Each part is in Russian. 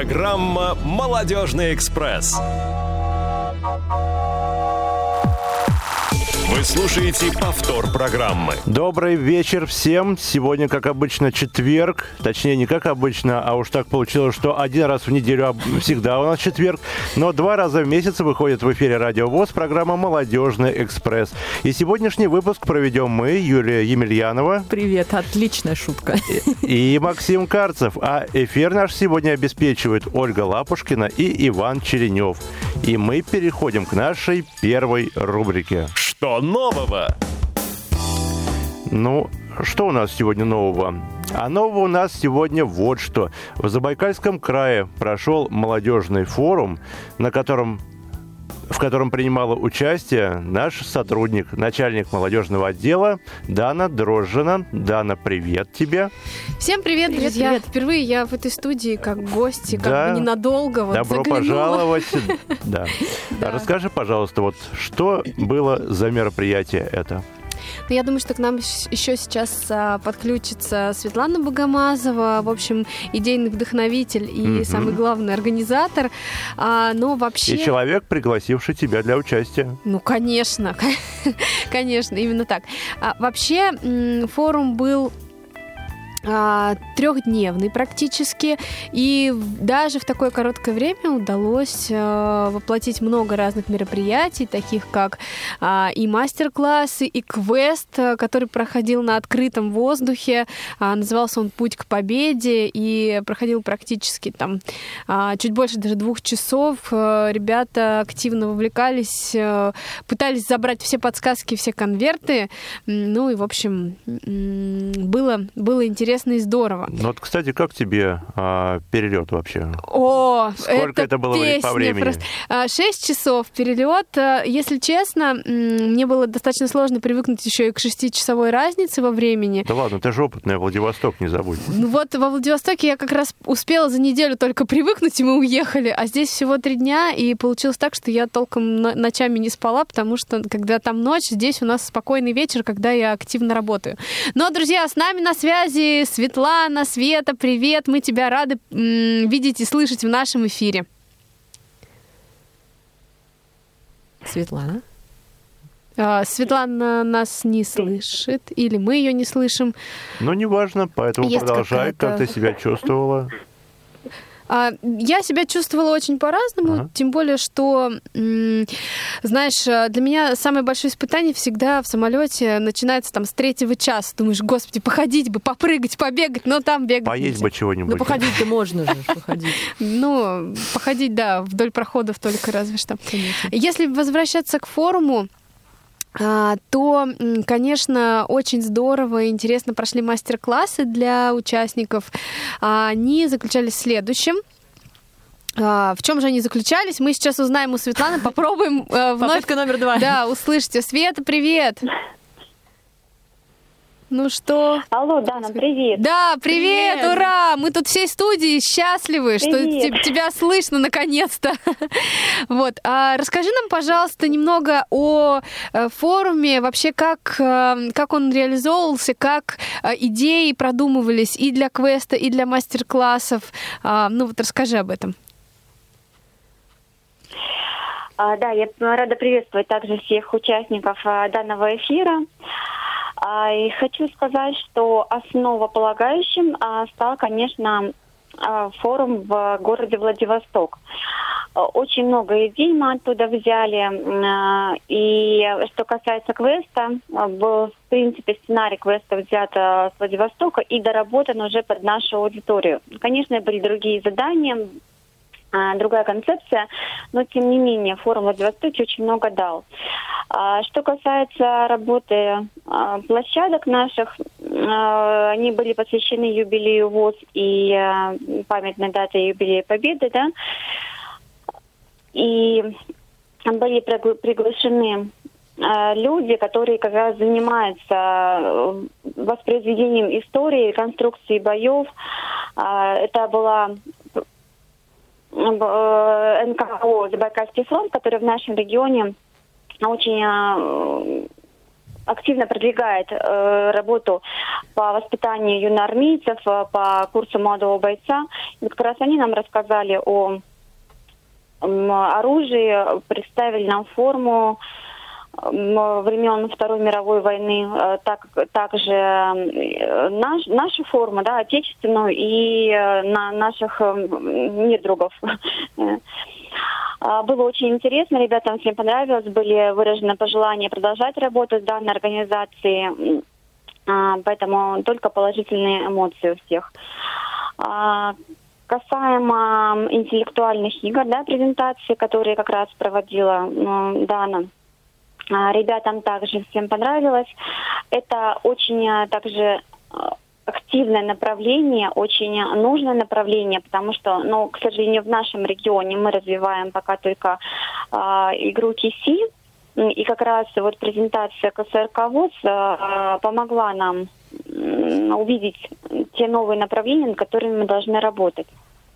Программа «Молодежный экспресс». Вы слушаете повтор программы. Добрый вечер всем. Сегодня, как обычно, четверг. Точнее, не как обычно, а уж так получилось, что один раз в неделю всегда у нас четверг. Но 2 раза в месяц выходит в эфире Радио ВОС программа «Молодежный экспресс». И сегодняшний выпуск проведем мы, Юлия Емельянова. Привет, отличная шутка. И Максим Карцев. А эфир наш сегодня обеспечивают Ольга Лапушкина и Иван Черенев. И мы переходим к нашей первой рубрике. Что нового? Ну, что у нас сегодня нового? А нового у нас сегодня вот что. В Забайкальском крае прошел молодежный форум, в котором принимала участие наш сотрудник, начальник молодежного отдела Дана Дрожжина. Дана, привет тебе. Всем привет, друзья. Привет. Впервые я в этой студии как гость, как бы ненадолго. Добро пожаловать. Да. Расскажи, пожалуйста, вот что было за мероприятие это? Я думаю, что к нам еще сейчас подключится Светлана Богомазова, в общем, идейный вдохновитель и самый главный организатор. Но вообще... И человек, пригласивший тебя для участия. Ну, конечно, конечно, именно так. Вообще, форум был 3-дневный практически, и даже в такое короткое время удалось воплотить много разных мероприятий, таких как и мастер-классы, и квест, который проходил на открытом воздухе, назывался он «Путь к победе», и проходил практически там чуть больше даже 2 часов. Ребята активно вовлекались, пытались забрать все подсказки, все конверты, ну и, в общем, было интересно и здорово. Ну вот, кстати, как тебе перелет вообще? Сколько это было по времени? Просто. 6 часов перелет. Если честно, мне было достаточно сложно привыкнуть еще и к 6-часовой разнице во времени. Да ладно, ты же опытная, Владивосток не забудь. Ну вот во Владивостоке я как раз успела за неделю только привыкнуть, и мы уехали, а здесь всего 3 дня, и получилось так, что я толком ночами не спала, потому что когда там ночь, здесь у нас спокойный вечер, когда я активно работаю. Но, друзья, с нами на связи Светлана. Света, привет! Мы тебя рады видеть и слышать в нашем эфире. Светлана? Светлана нас не слышит, или мы ее не слышим. Ну, неважно, поэтому есть продолжай, как ты себя чувствовала. Я себя чувствовала очень по-разному, тем более, что, знаешь, для меня самое большое испытание всегда в самолете начинается там с 3-го часа. Думаешь, господи, походить бы, попрыгать, побегать, но там бегать. Поесть бы чего-нибудь. Ну, походить-то можно же, походить. Ну, походить, да, вдоль проходов только разве что. Конечно. Если возвращаться к форуму, то, конечно, очень здорово и интересно прошли мастер-классы для участников. Они заключались в следующем. В чем же они заключались? Мы сейчас узнаем у Светланы, попробуем вновь... Попытка номер 2. Да, услышите. Света, привет! Ну что? Алло, Дана, привет. Да, привет, ура! Мы тут всей студии счастливы, привет. Что тебя слышно наконец-то. Вот. Расскажи нам, пожалуйста, немного о форуме, вообще как он реализовывался, как идеи продумывались и для квеста, и для мастер-классов. Ну вот расскажи об этом. Да, я рада приветствовать также всех участников данного эфира. И хочу сказать, что основополагающим стал, конечно, форум в городе Владивосток. Очень много идей мы оттуда взяли. И что касается квеста, был, в принципе, сценарий квеста взят с Владивостока и доработан уже под нашу аудиторию. Конечно, были другие задания, другая концепция, но, тем не менее, форум Владивостоке очень много дал. Что касается работы площадок наших, они были посвящены юбилею ВОС и памятной дате юбилея Победы, да, и были приглашены люди, которые как раз занимаются воспроизведением истории, реконструкцией боев. Это была НКО «Забайкальский фронт», который в нашем регионе очень активно продвигает работу по воспитанию юноармейцев, по курсу молодого бойца. И как раз они нам рассказали о оружии, представили нам форму времен Второй мировой войны, также нашу форму, да, отечественную, и наших недругов. Было очень интересно, ребятам всем понравилось, были выражены пожелания продолжать работу с данной организацией, поэтому только положительные эмоции у всех. Касаемо интеллектуальных игр, да, презентации, которые как раз проводила Дана, ребятам также всем понравилось. Это очень также активное направление, очень нужное направление, потому что, к сожалению, в нашем регионе мы развиваем пока только игру КИСИ, и как раз вот презентация КСРК ВОС помогла нам увидеть те новые направления, над которыми мы должны работать.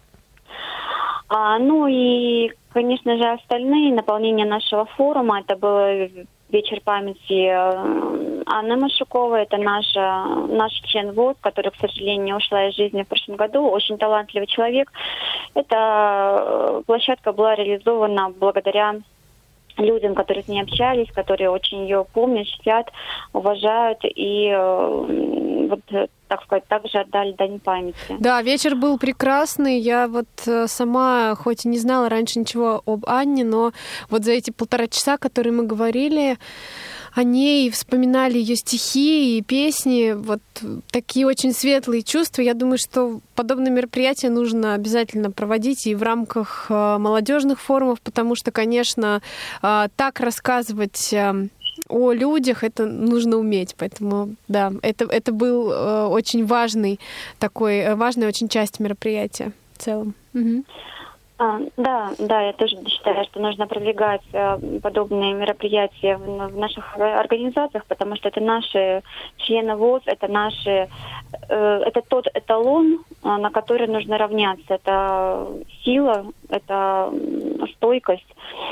И, конечно же, остальные наполнения нашего форума, это был вечер памяти Анны Машуковой, это наш член ВОС, который, к сожалению, ушла из жизни в прошлом году, очень талантливый человек. Эта площадка была реализована благодаря людям, которые с ней общались, которые очень ее помнят, чтят, уважают и, так сказать, также отдали дань памяти. Да, вечер был прекрасный. Я вот сама, хоть и не знала раньше ничего об Анне, но вот за эти 1,5 часа, которые мы говорили о ней, вспоминали ее стихи и песни, вот такие очень светлые чувства. Я думаю, что подобные мероприятия нужно обязательно проводить и в рамках молодежных форумов, потому что, конечно, так рассказывать о людях это нужно уметь. Поэтому, да, это был очень важная очень часть мероприятия в целом. Угу. Да, я тоже считаю, что нужно продвигать подобные мероприятия в наших организациях, потому что это наши члены ВОС, это тот эталон, на который нужно равняться. Это сила, это стойкость.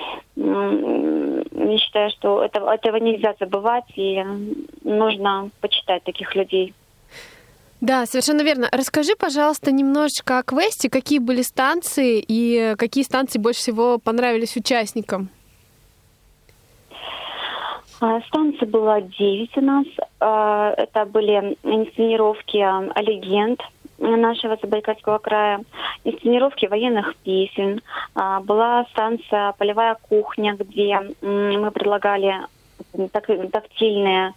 Я считаю, что этого нельзя забывать, и нужно почитать таких людей. Да, совершенно верно. Расскажи, пожалуйста, немножечко о квесте, какие были станции и какие станции больше всего понравились участникам? Станций было 9 у нас. Это были инсценировки легенд нашего Забайкальского края, инсценировки военных песен. Была станция «Полевая кухня», где мы предлагали тактильные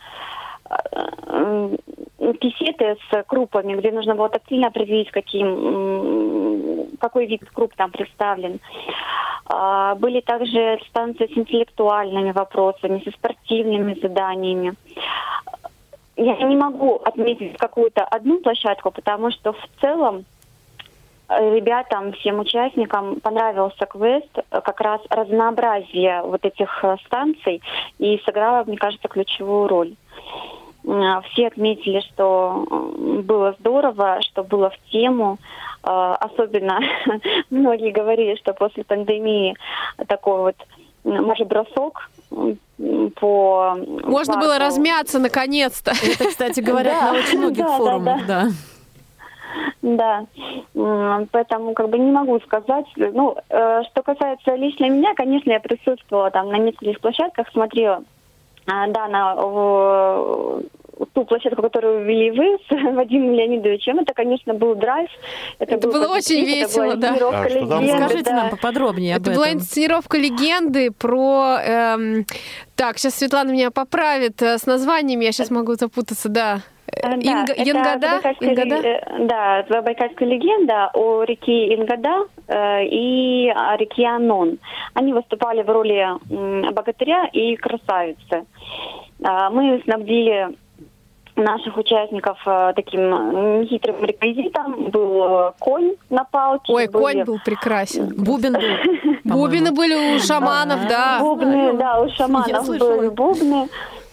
писеты с крупами, где нужно было тактильно определить, какой вид круп там представлен. Были также станции с интеллектуальными вопросами, со спортивными заданиями. Я не могу отметить какую-то одну площадку, потому что в целом ребятам, всем участникам понравился квест, как раз разнообразие вот этих станций, и сыграло, мне кажется, ключевую роль. Все отметили, что было здорово, что было в тему. Особенно многие говорили, что после пандемии такой вот, может, бросок по... Можно парку. было размяться наконец-то. Это, кстати, говорят на очень многих форумах, да. Да, поэтому не могу сказать. Что касается лично меня, конечно, я присутствовала там на нескольких площадках, смотрела, на ту площадку, которую ввели вы с Вадимом Леонидовичем. Это, конечно, был драйв. Это было очень весело, да. Расскажите нам поподробнее об этом. Это была инсценировка легенды про... Так, сейчас Светлана меня поправит с названиями, я сейчас могу запутаться, да. Ингада? Да, Забайкальская легенда о реке Ингада и о реке Анон. Они выступали в роли богатыря и красавицы. Мы снабдили наших участников таким нехитрым реквизитом. Был конь на палке. Ой, конь был прекрасен. Бубен был. Бубины были у шаманов, да. Бубны, да, у шаманов были бубны.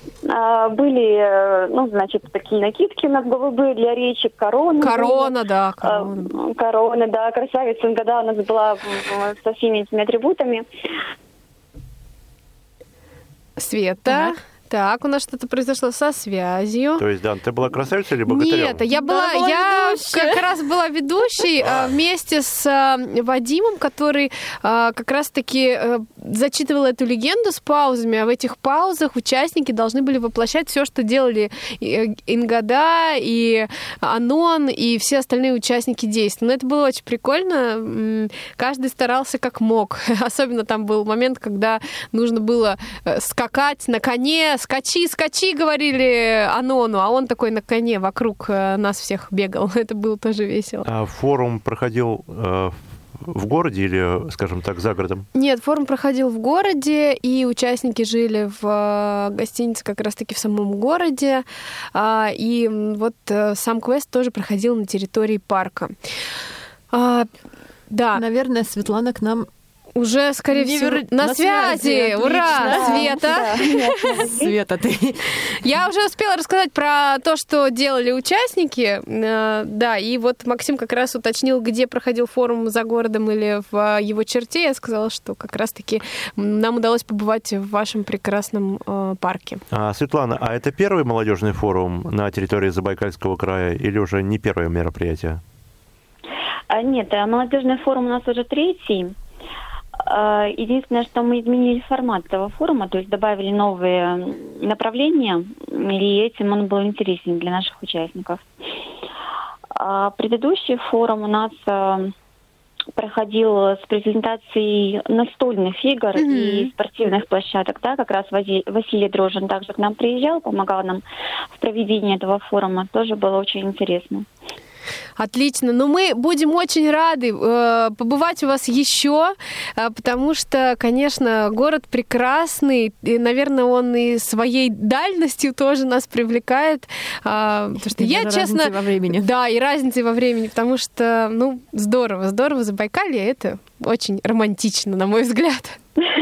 Были, такие накидки над голубые для речи, короны. Корона, да. Корона, да, красавица Ингада у нас была со всеми этими атрибутами. Света, Так, у нас что-то произошло со связью. То есть, Дан, ты была красавицей или богатырем? Нет, я как раз была ведущей вместе с Вадимом, который как раз-таки зачитывал эту легенду с паузами, а в этих паузах участники должны были воплощать все, что делали Ингада, и Анон, и все остальные участники действия. Но это было очень прикольно. Каждый старался как мог. Особенно там был момент, когда нужно было скакать на коне. Скачи, скачи, говорили Анону, а он такой на коне вокруг нас всех бегал. Это было тоже весело. А форум проходил в городе или, скажем так, за городом? Нет, форум проходил в городе, и участники жили в гостинице как раз-таки в самом городе. И вот сам квест тоже проходил на территории парка. Да. Наверное, Светлана к нам уже, скорее всего, на связи. Ура! Света! Света, ты... Я уже успела рассказать про то, что делали участники. Да, и вот Максим как раз уточнил, где проходил форум за городом или в его черте. Я сказала, что как раз-таки нам удалось побывать в вашем прекрасном парке. Светлана, а это первый молодежный форум на территории Забайкальского края или уже не первое мероприятие? Нет, молодежный форум у нас уже третий. Единственное, что мы изменили формат этого форума, то есть добавили новые направления, и этим он был интересен для наших участников. Предыдущий форум у нас проходил с презентацией настольных игр и спортивных площадок. Да, как раз Василий Дрожжин также к нам приезжал, помогал нам в проведении этого форума. Тоже было очень интересно. Отлично. Но мы будем очень рады побывать у вас еще, потому что, конечно, город прекрасный. И, наверное, он и своей дальностью тоже нас привлекает. Потому что я, честно... во времени. Да, и разницей во времени, потому что, ну, здорово. Здорово Забайкалье. Это очень романтично, на мой взгляд.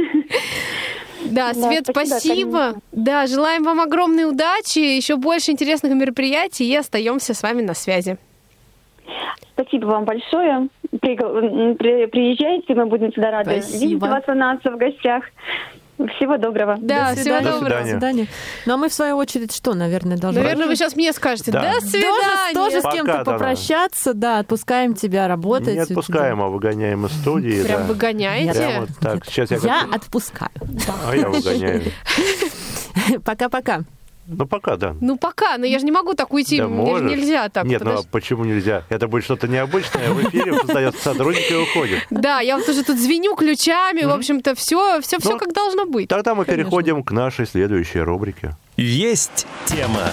Да, Свет, спасибо. Да, желаем вам огромной удачи, еще больше интересных мероприятий, и остаемся с вами на связи. Спасибо вам большое. Приезжайте, мы будем всегда рады видеть вас у нас в гостях. Всего доброго. Да, всего доброго. До свидания. Ну, а мы, в свою очередь, что, наверное, должны... Наверное, вы сейчас мне скажете. Да. До свидания. Тоже с кем-то попрощаться. Да, отпускаем тебя работать. Не отпускаем, а выгоняем из студии. Прям выгоняете? Прямо так. Сейчас я отпускаю. А я выгоняю. Пока-пока. Ну, пока, да. Ну, пока, но я же не могу так уйти, Да мне же можешь. нельзя так. Нет, ну а почему нельзя? Это будет что-то необычное, в эфире создается сотрудник и уходит. Да, я вот уже тут звеню ключами, в общем-то, все как должно быть. Тогда мы переходим к нашей следующей рубрике. Есть тема.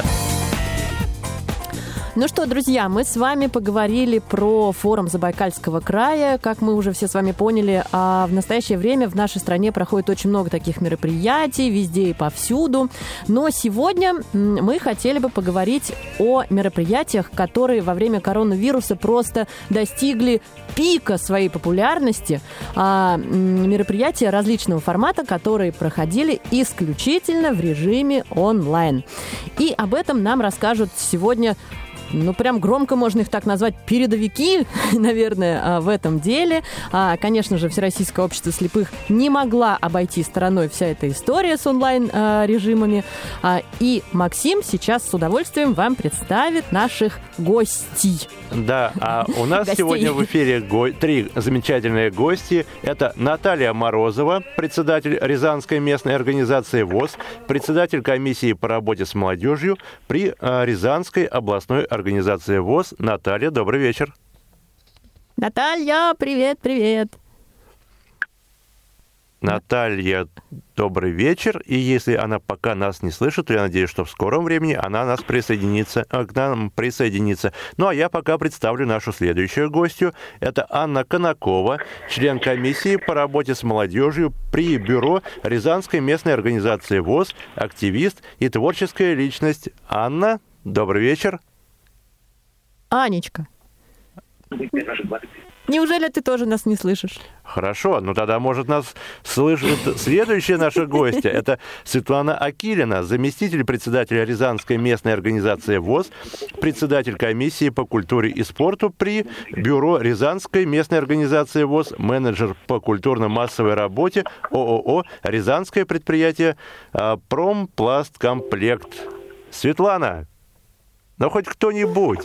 Ну что, друзья, мы с вами поговорили про форум Забайкальского края. Как мы уже все с вами поняли, в настоящее время в нашей стране проходит очень много таких мероприятий, везде и повсюду. Но сегодня мы хотели бы поговорить о мероприятиях, которые во время коронавируса просто достигли пика своей популярности. Мероприятия различного формата, которые проходили исключительно в режиме онлайн. И об этом нам расскажут сегодня... Ну, прям громко можно их так назвать, передовики, наверное, в этом деле. Конечно же, Всероссийское общество слепых не могла обойти стороной вся эта история с онлайн-режимами. И Максим сейчас с удовольствием вам представит наших гостей. Да, а у нас сегодня в эфире три замечательные гости. Это Наталья Морозова, председатель Рязанской местной организации ВОС, председатель комиссии по работе с молодежью при Рязанской областной организации ВОС. Наталья, добрый вечер. Наталья, привет. Наталья, добрый вечер. И если она пока нас не слышит, то я надеюсь, что в скором времени она к нам присоединится. Ну, а я пока представлю нашу следующую гостью. Это Анна Конакова, член комиссии по работе с молодежью при бюро Рязанской местной организации ВОС, активист и творческая личность. Анна, добрый вечер. Анечка. Неужели ты тоже нас не слышишь? Хорошо, ну тогда, может, нас слышит следующая наша гостья. Это Светлана Акилина, заместитель председателя Рязанской местной организации ВОС, председатель комиссии по культуре и спорту при Бюро Рязанской местной организации ВОС, менеджер по культурно-массовой работе ООО «Рязанское предприятие Промпласткомплект». Светлана, ну хоть кто-нибудь.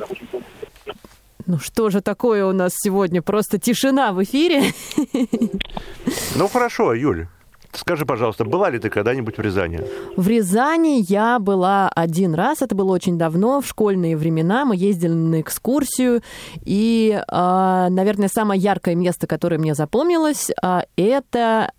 Ну что же такое у нас сегодня? Просто тишина в эфире. Ну хорошо, Юль, скажи, пожалуйста, была ли ты когда-нибудь в Рязани? В Рязани я была один раз, это было очень давно, в школьные времена. Мы ездили на экскурсию, и, наверное, самое яркое место, которое мне запомнилось, это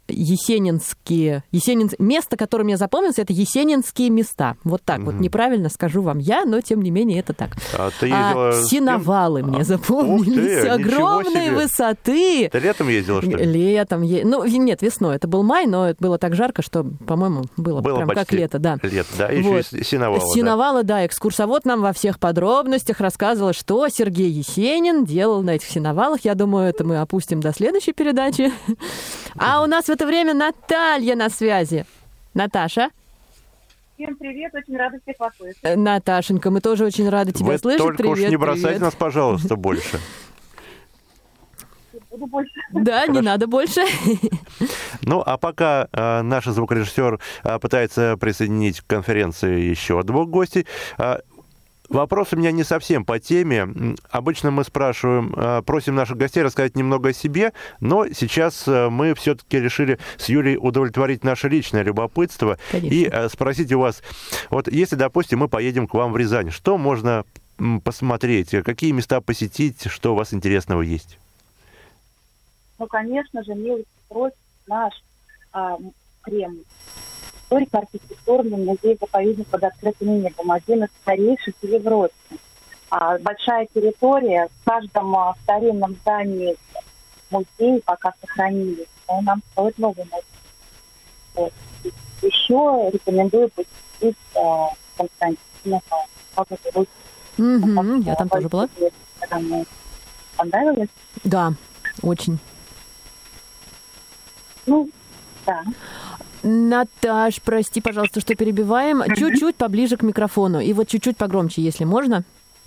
место, которое мне запомнилось, это Есенинские места. Вот так вот, неправильно скажу вам я, но тем не менее это так. Ты ездила Сеновалы мне запомнились, огромные высоты. Ты летом ездила, что ли? Летом. Ну, нет, весной. Это был май, но это было так жарко, что, по-моему, было прям как лето, да. Лето, да, и еще и сеновалы. Сеновалы, да. Экскурсовод нам во всех подробностях рассказывал, что Сергей Есенин делал на этих сеновалах. Я думаю, это мы опустим до следующей передачи. А у нас в это время Наталья на связи. Наташа? Всем привет, очень рада всех вас слышать. Наташенька, мы тоже очень рады тебя слышать. Вы только привет, уж не бросайте привет. нас, пожалуйста, больше. Буду больше. Да, не надо больше. Ну, а пока наш звукорежиссер пытается присоединить к конференции еще двух гостей, вопрос у меня не совсем по теме. Обычно мы просим наших гостей рассказать немного о себе, но сейчас мы все-таки решили с Юлей удовлетворить наше личное любопытство. Конечно. И спросить у вас, вот если, допустим, мы поедем к вам в Рязань, что можно посмотреть, какие места посетить, что у вас интересного есть? Ну, конечно же, милый просит наш Кремль. Историко-архитектурный музей-заповедник под открытым небом, один из старейших в Европе. Большая территория, в каждом старинном здании музей пока сохранились, но нам стоит новый музей. Вот. Еще рекомендую посетить Константиново. Я там тоже была. Понравилось? Да, очень. Ну, да. Наташ, прости, пожалуйста, что перебиваем. Чуть-чуть поближе к микрофону. И вот чуть-чуть погромче, если можно.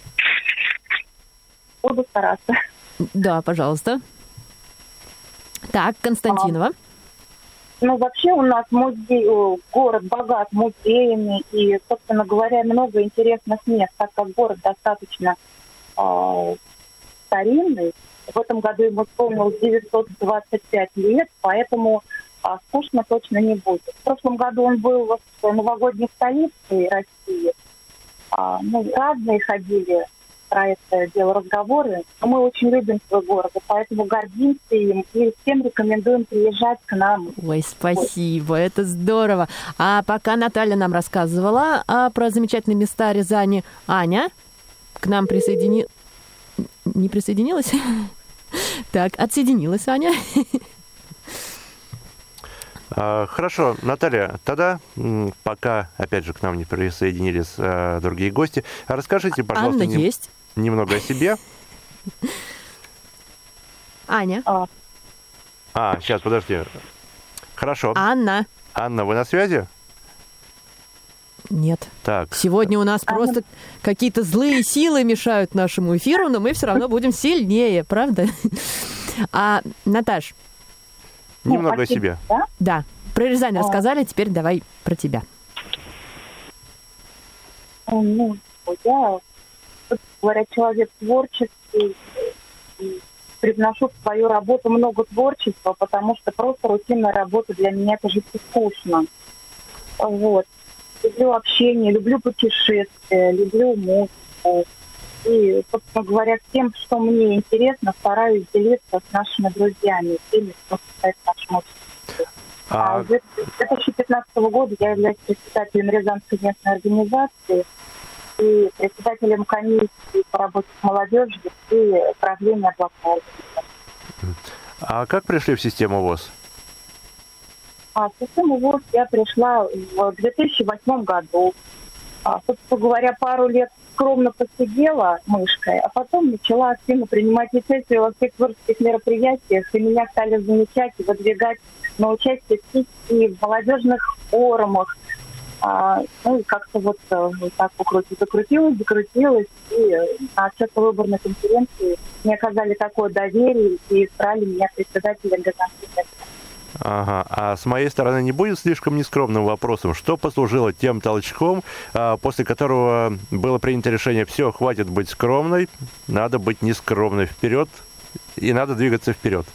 Буду стараться. Да, пожалуйста. Так, Константинова. Ну, вообще у нас музей, город богат музеями и, собственно говоря, много интересных мест, так как город достаточно старинный. В этом году ему исполнилось 925 лет, поэтому скучно точно не будет. В прошлом году он был в новогодней столице России. Разные ходили про это дело разговоры. Но мы очень любим свой город, и поэтому гордимся им и всем рекомендуем приезжать к нам. Ой, спасибо, это здорово. А пока Наталья нам рассказывала про замечательные места Рязани, Аня к нам не присоединилась? Так, отсоединилась Аня. Хорошо, Наталья, тогда, пока, опять же, к нам не присоединились другие гости, расскажите, пожалуйста, немного о себе. Аня. Сейчас, подожди. Хорошо. Анна, вы на связи? Нет. Так. Сегодня у нас просто какие-то злые силы мешают нашему эфиру, но мы все равно будем сильнее, правда? Наташ. Немного о себе. Да. Про Рязань рассказали, теперь давай про тебя. Я, говоря, человек творческий, привношу в свою работу много творчества, потому что просто рутинная работа для меня это же скучно. Вот. Люблю общение, люблю путешествия, люблю музыку. И, собственно говоря, тем, что мне интересно, стараюсь делиться с нашими друзьями, теми, кто состоит в нашем обществе. С 2015 года я являюсь председателем Рязанской местной организации и председателем комиссии по работе с молодежью и правления областной организации. А как пришли в систему ВОС? В систему ВОС я пришла в 2008 году. Собственно говоря, пару лет скромно посидела мышкой, а потом начала активно принимать участие во всех творческих мероприятиях, и меня стали замечать и выдвигать на участие в молодежных форумах. Ну и как-то вот так закрутилось, и на общественно-выборной конференции мне оказали такое доверие и избрали меня председателем для конференции. Ага. А с моей стороны не будет слишком нескромным вопросом, что послужило тем толчком, после которого было принято решение: все, хватит быть скромной, надо быть нескромной, вперед, и надо двигаться вперед?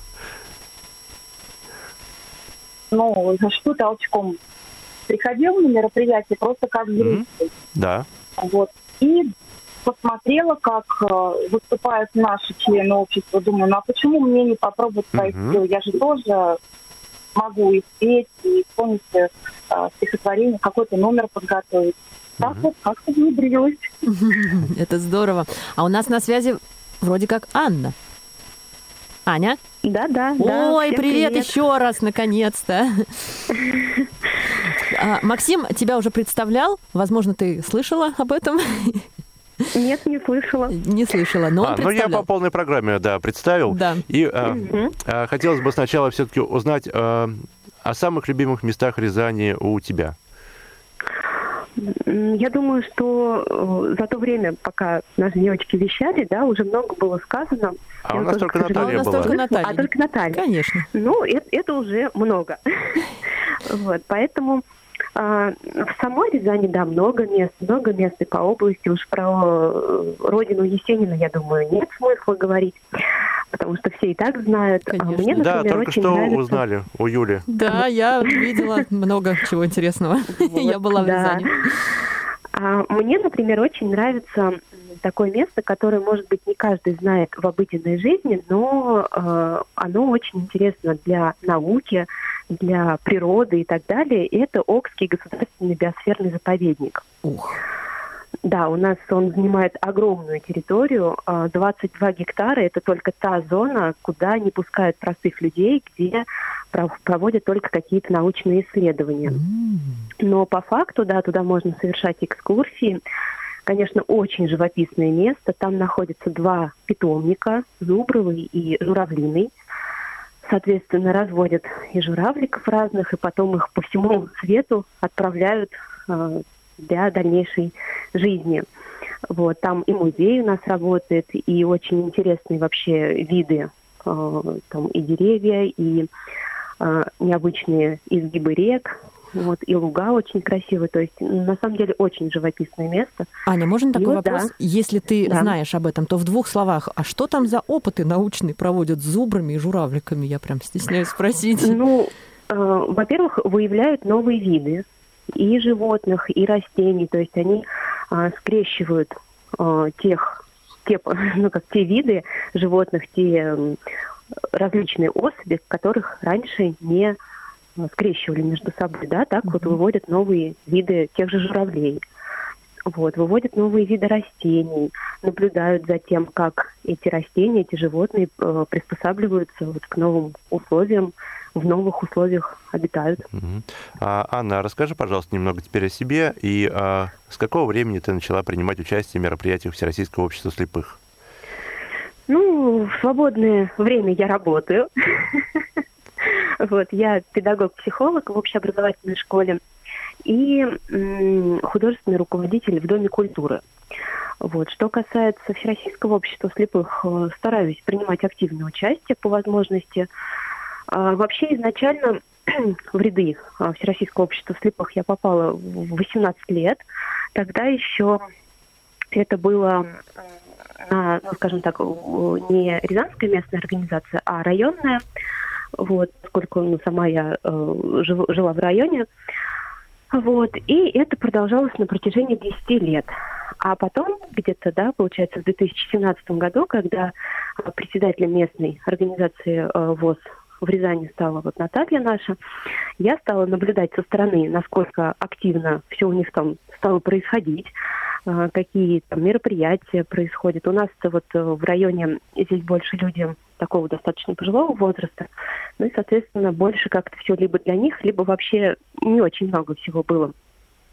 Ну, что толчком? Приходила на мероприятие просто как зритель. Да. Вот. И посмотрела, как выступают наши члены общества. Думаю, ну а почему мне не попробовать свои силы? Я же тоже могу и спеть, и исполнить стихотворение, какой-то номер подготовить. Так вот как-то внедрилась. Это здорово. А у нас на связи вроде как Анна. Аня? Да. Ой, привет еще раз, наконец-то. Максим тебя уже представлял? Возможно, ты слышала об этом? Нет, не слышала. Не слышала, но он представлял. Ну, я по полной программе, представил. Да. И хотелось бы сначала все-таки узнать о самых любимых местах Рязани у тебя. Я думаю, что за то время, пока наши девочки вещали, уже много было сказано. А у нас только Наталья была. Только Наталья. Конечно. Ну, это уже много. Вот, поэтому в самой Рязани, много мест и по области. Уж про родину Есенина, я думаю, нет смысла говорить, потому что все и так знают. Конечно. Мне, например, только очень что нравится... узнали у Юли. Да, я видела много чего интересного. Я была в Рязани. Мне, например, очень нравится такое место, которое, может быть, не каждый знает в обыденной жизни, но оно очень интересно для науки, для природы и так далее. Это Окский государственный биосферный заповедник. Ух. Да, у нас он занимает огромную территорию, 22 гектара. Это только та зона, куда не пускают простых людей, где проводят только какие-то научные исследования. Но по факту, туда можно совершать экскурсии. Конечно, очень живописное место. Там находятся 2 питомника, зубровый и журавлиный. Соответственно, разводят и журавликов разных, и потом их по всему свету отправляют для дальнейшей жизни. Вот, там и музей у нас работает, и очень интересные вообще виды, там и деревья, и необычные изгибы рек, и луга очень красивые. То есть, на самом деле, очень живописное место. Аня, можно такой вопрос? Да. Если ты знаешь об этом, то в 2 словах, а что там за опыты научные проводят с зубрами и журавликами? Я прям стесняюсь спросить. Ну, во-первых, выявляют новые виды и животных, и растений. То есть они скрещивают те виды животных, те различные особи, которых раньше не скрещивали между собой, так вот выводят новые виды тех же журавлей. Вот, выводят новые виды растений, наблюдают за тем, как эти растения, эти животные приспосабливаются к новым условиям, в новых условиях обитают. Анна, расскажи, пожалуйста, немного теперь о себе и с какого времени ты начала принимать участие в мероприятиях Всероссийского общества слепых? Ну, в свободное время я работаю. Вот, я педагог-психолог в общеобразовательной школе и художественный руководитель в Доме культуры. Вот. Что касается Всероссийского общества слепых, стараюсь принимать активное участие по возможности. Вообще изначально в ряды Всероссийского общества слепых я попала в 18 лет. Тогда еще это было, скажем так, не Рязанская местная организация, а районная. Вот, поскольку сама я жила в районе. Вот, и это продолжалось на протяжении 10 лет. А потом, где-то, получается, в 2017 году, когда председателем местной организации ВОС в Рязани стала Наталья наша, я стала наблюдать со стороны, насколько активно все у них там стало происходить, какие там мероприятия происходят. У нас в районе здесь больше люди такого достаточно пожилого возраста, и, соответственно, больше как-то все либо для них, либо вообще не очень много всего было.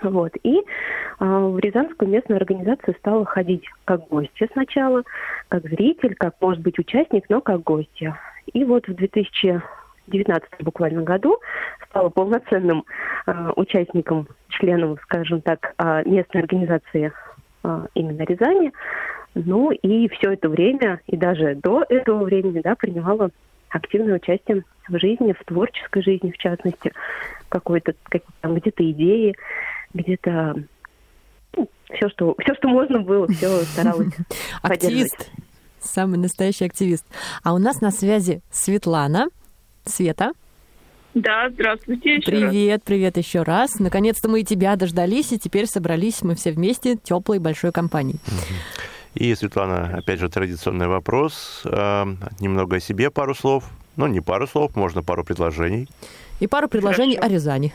Вот. И в Рязанскую местную организацию стала ходить как гостья сначала, как зритель, как, может быть, участник, но как гостья. И вот в 2019 буквально году стала полноценным участником, членом, скажем так, местной организации именно Рязани. Ну и все это время, и даже до этого времени, да, принимала активное участие в жизни, в творческой жизни, в частности, какие-то там где-то идеи, где-то все, что можно было, все старалась поддерживать. Активист, самый настоящий активист. А у нас на связи Светлана. Света. Да, здравствуйте еще Привет, привет еще раз. Наконец-то мы и тебя дождались, и теперь собрались мы все вместе теплой большой компанией. И, Светлана, опять же, традиционный вопрос. Немного о себе, пару слов. Ну, не пару слов, можно пару предложений. И пару предложений о Рязани.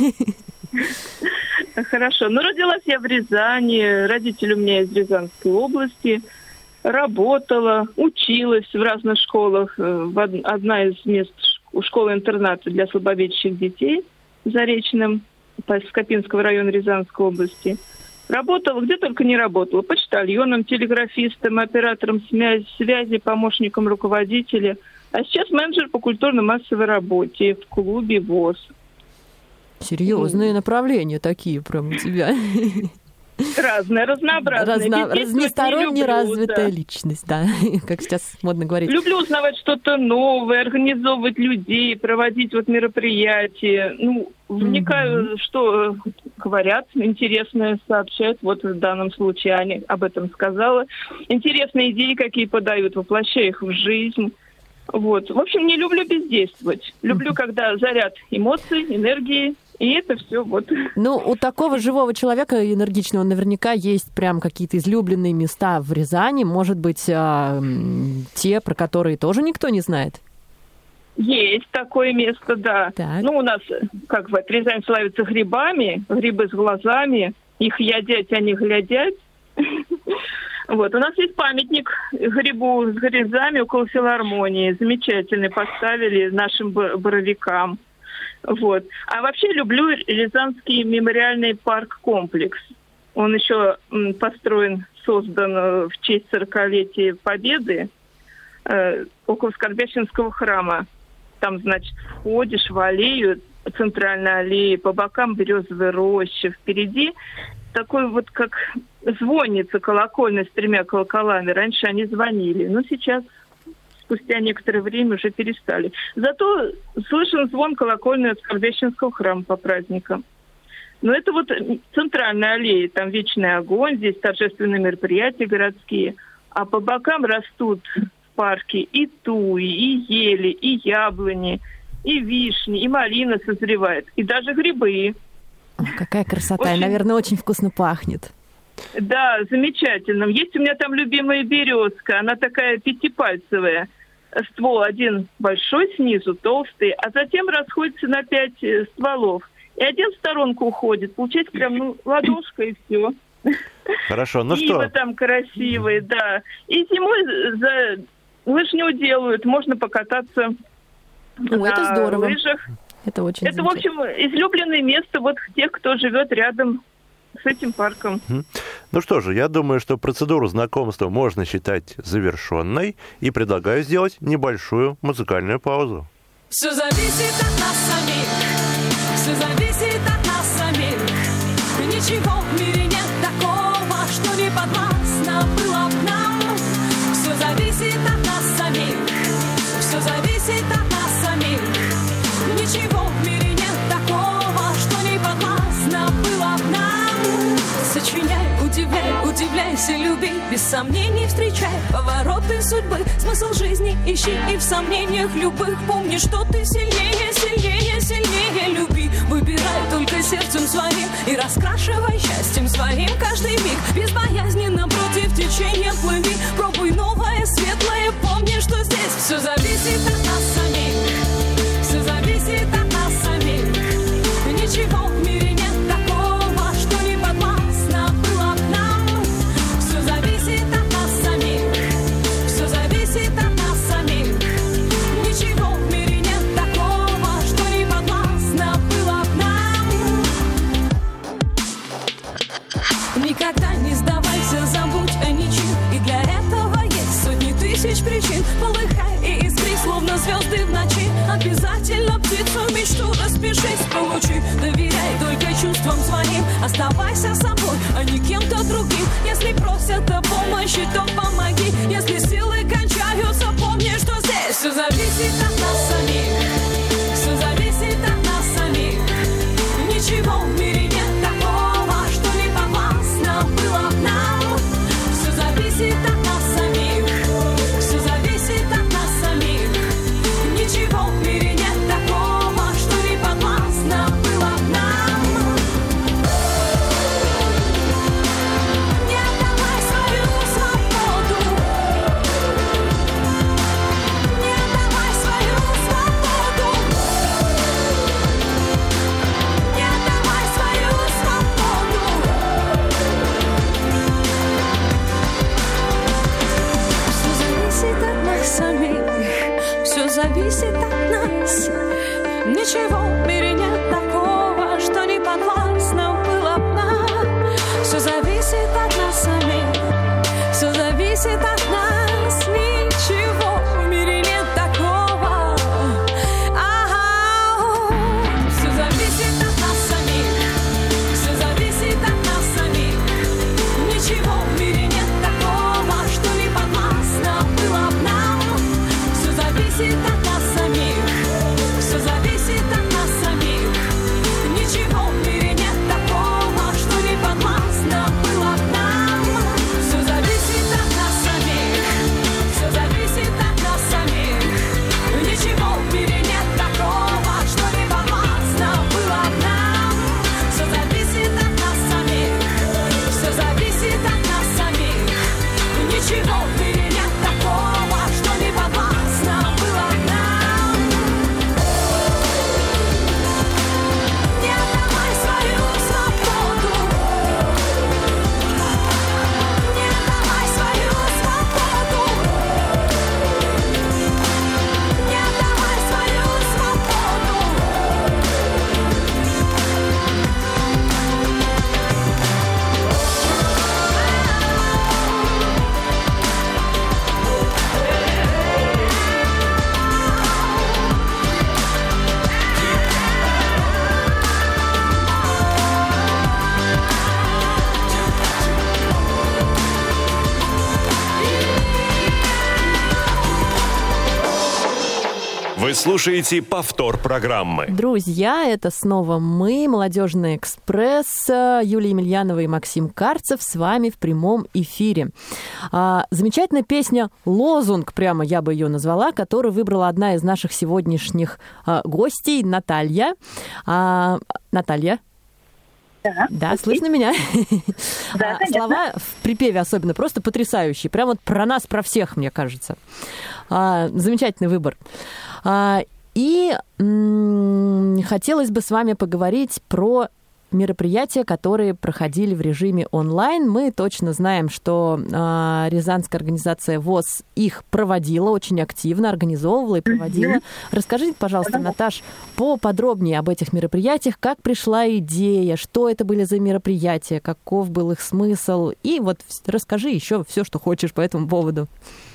Хорошо. Ну, родилась я в Рязани. Родители у меня из Рязанской области. Работала, училась в разных школах. Одна из мест школы-интерната для слабовидящих детей в Заречном, Скопинского района Рязанской области. Работала, где только не работала. Почтальоном, телеграфистом, оператором связи, помощником руководителя. А сейчас менеджер по культурно-массовой работе в клубе ВОЗ. Серьезные направления такие прям у тебя. Разная, разнообразная. Разносторонне развитая личность, да, как сейчас модно говорить. Люблю узнавать что-то новое, организовывать людей, проводить вот мероприятия. Ну, вникаю, что говорят, интересное сообщают. Вот в данном случае Аня об этом сказала. Интересные идеи, какие подают, воплощаю их в жизнь. Вот. В общем, не люблю бездействовать. Люблю, когда заряд эмоций, энергии. И это все вот. Ну, у такого живого человека энергичного наверняка есть прям какие-то излюбленные места в Рязани. Может быть, те, про которые тоже никто не знает? Есть такое место, да. Так. Ну, у нас, как бы, Рязань славится грибами, грибы с глазами. Их ядять, а не глядять. Вот, у нас есть памятник грибу с грязами около филармонии. Замечательный, поставили нашим боровикам. Вот. А вообще люблю Рязанский мемориальный парк-комплекс. Он еще построен, создан в честь 40-летия Победы около Скорбящинского храма. Там, значит, входишь в аллею, центральная аллея, по бокам березовая роща, впереди такой вот как звонница колокольная с 3 колоколами. Раньше они звонили, но сейчас спустя некоторое время уже перестали. Зато слышен звон колокольный от Скорбящинского храма по праздникам. Но это вот центральная аллея, там вечный огонь, здесь торжественные мероприятия городские. А по бокам растут в парке и туи, и ели, и яблони, и вишни, и малина созревает, и даже грибы. Какая красота, и, наверное, очень вкусно пахнет. Да, замечательно. Есть у меня там любимая березка, она такая пятипальцевая. Ствол один большой снизу, толстый, а затем расходится на 5 стволов. И один в сторонку уходит. Получается прям ладошка и все. Хорошо, ну что? Ива там красивые, да. И зимой лыжню делают, можно покататься на это здорово. лыжах. Это очень Это, в общем, излюбленное место вот тех, кто живет рядом с этим парком. Ну что же, я думаю, что процедуру знакомства можно считать завершенной, и предлагаю сделать небольшую музыкальную паузу. Все зависит от нас самих, все зависит от нас самих. Ничего в мире нет такого, что не подвластно было б нам. Все зависит от нас самих, все зависит от нас самих. Ничего в мире нет такого, что не подвластно было б нам. Сочиняй, удивляйся, люби, без сомнений встречай повороты судьбы, смысл жизни ищи и в сомнениях любых помни, что ты сильнее, сильнее, сильнее. Люби, выбирай только сердцем своим и раскрашивай счастьем своим каждый миг. Безбоязненно против течения плыви, пробуй новое, светлое, помни, что здесь все зависит от нас самих, все зависит от нас самих. Ничего в мире нет такого, что не подвластно было б нам. Все зависит от нас самих, все зависит от нас самих. Ничего в мире нет такого, что не подвластно было б нам. тысяч причин. Полыхай и искри, словно звезды в ночи. Обязательно птицу мечту распишись, получи. Доверяй только чувствам своим. Оставайся собой, а не кем-то другим. Если просят о помощи, то помоги. Если силы кончаются, помни, что здесь все зависит от нас самих. Все зависит от нас самих. Ничего в мире нет такого, что не подвластно было б нам. Все зависит от нас самих. Все зависит от нас самих. Ничего в мире нет такого, что не подвластно было б нам. Не отдавай свою свободу. Не отдавай свою свободу. Не отдавай свою свободу. Все зависит от нас самих. Все зависит от нас. Ничего в мире нет такого, что не подвластно было б нам. Все зависит от нас самих. Все зависит от нас. Ничего в мире нет такого. Все зависит от нас самих. Все зависит от нас самих. Ничего в мире нет такого, что не подвластно было б нам. Все зависит от нас самих. Все зависит от нас самих. Ничего в мире нет такого, что не подвластно было б нам. Все зависит от нас самих. Все зависит от нас самих. Ничего в мире нет такого, что не подвластно было б нам. Все зависит от нас самих. Все зависит от нас самих. Ничего в мире нет такого, что не подвластно было б нам. Не отдавай свою свободу. Не отдавай свою свободу. Не отдавай свою свободу. Вы слушаете повтор программы. Друзья, это снова мы, Молодежный экспресс, Юлия Емельянова и Максим Карцев с вами в прямом эфире. Замечательная песня «Лозунг», прямо я бы ее назвала, которую выбрала одна из наших сегодняшних гостей, Наталья. Наталья? Да, слышно меня? Да, слова в припеве особенно просто потрясающие. Прям вот про нас, про всех, мне кажется. Замечательный выбор. И хотелось бы с вами поговорить про мероприятия, которые проходили в режиме онлайн. Мы точно знаем, что рязанская организация ВОС их проводила очень активно, организовывала и проводила. Расскажите, пожалуйста, Наташ, поподробнее об этих мероприятиях, как пришла идея, что это были за мероприятия, каков был их смысл, и вот расскажи еще все, что хочешь по этому поводу.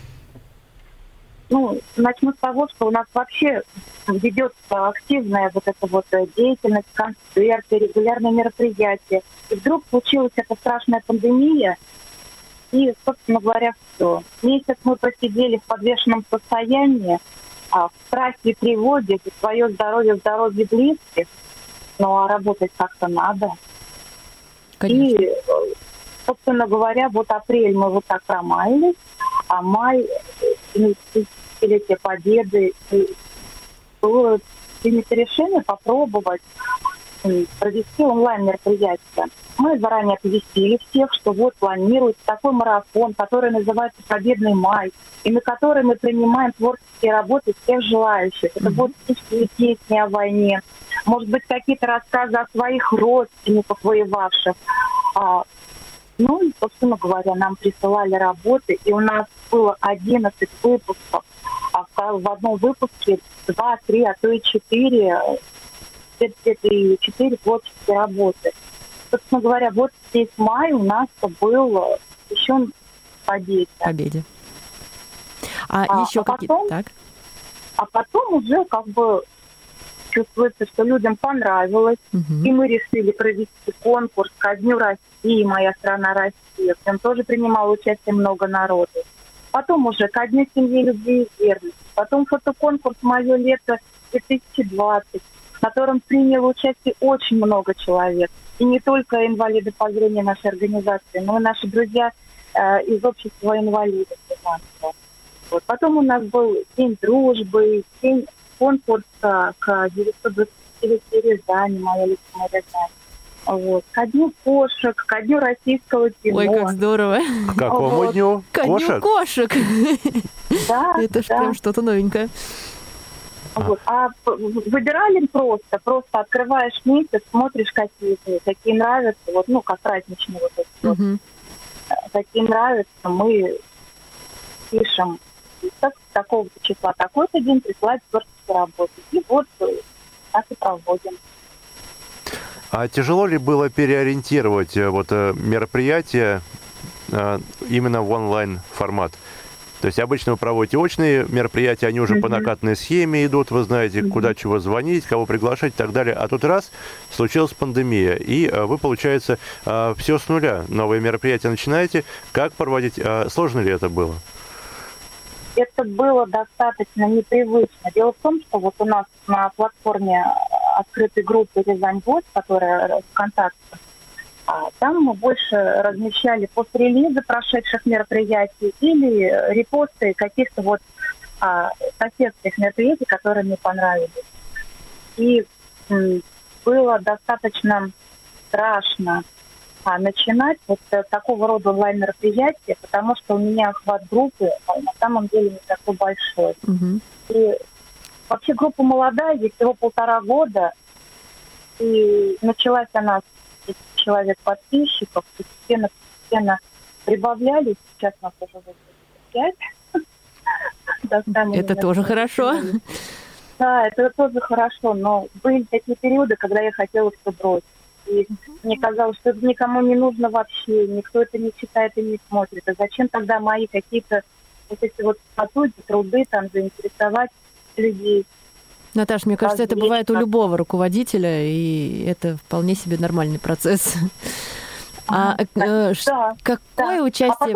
Начну с того, что у нас вообще ведется активная вот эта вот деятельность, концерты, регулярные мероприятия. И вдруг случилась эта страшная пандемия, и, собственно говоря, все. Месяц мы просидели в подвешенном состоянии, в страхе и тревоге за свое здоровье, здоровье близких. А работать как-то надо. Конечно. И, собственно говоря, вот апрель мы вот так промаялись, а май, 70-летие Победы, было принято решение попробовать провести онлайн-мероприятие. Мы заранее оповестили всех, что вот планируется такой марафон, который называется «Победный май», и на который мы принимаем творческие работы всех желающих. Это будут песни о войне, может быть, какие-то рассказы о своих родственниках, воевавших. И, собственно говоря, нам присылали работы, и у нас было 11 выпусков. В одном выпуске 2, 3, а то и 4 творческие работы. Собственно говоря, вот весь май у нас был посвящен победе. Еще какие-то? Так. А потом уже как бы чувствуется, что людям понравилось, и мы решили провести конкурс ко Дню России, «Моя страна Россия». В нем тоже принимало участие много народу. Потом уже ко Дню семьи, любви и верности. Потом фотоконкурс «Мое лето 2020», в котором приняло участие очень много человек. И не только инвалиды по зрению нашей организации, но и наши друзья из общества инвалидов. Вот. Потом у нас был День дружбы, день конкурса к 920-летию Рязани, «Моя любимая Рязань». Вот. Ко Дню кошек, ко Дню российского кино. Ой, как здорово. К какому дню? Ко Дню кошек. Да, это же прям что-то новенькое. Вот. А выбирали просто открываешь месяц, смотришь, какие нравятся, вот, ну, как праздничные вот эти вот. Какие нравятся, мы пишем такого-то числа, такой-то день присылать творческие работы. И вот так и проводим. А тяжело ли было переориентировать вот мероприятие именно в онлайн-формат? То есть обычно вы проводите очные мероприятия, они уже по накатанной схеме идут, вы знаете, куда чего звонить, кого приглашать и так далее. А тут раз, случилась пандемия, и вы, получается, все с нуля. Новые мероприятия начинаете. Как проводить? Сложно ли это было? Это было достаточно непривычно. Дело в том, что вот у нас на платформе открытой группы «Рязань ВОЗ», которая ВКонтакте, там мы больше размещали пострелизы прошедших мероприятий или репосты каких-то вот соседских мероприятий, которые мне понравились. И было достаточно страшно начинать вот такого рода онлайн-мероприятия, потому что у меня охват группы на самом деле не такой большой. И вообще группа молодая, ей всего 1,5 года, и началась она с человек подписчиков, постепенно прибавлялись, сейчас нас уже 5. Это тоже хорошо. Да, это тоже хорошо, но были такие периоды, когда я хотела все бросить. И мне казалось, что это никому не нужно вообще, никто это не читает и не смотрит. А зачем тогда мои какие-то вот эти вот труды там заинтересовать людей? Наташа, мне кажется, это бывает у любого руководителя, и это вполне себе нормальный процесс. Какое участие...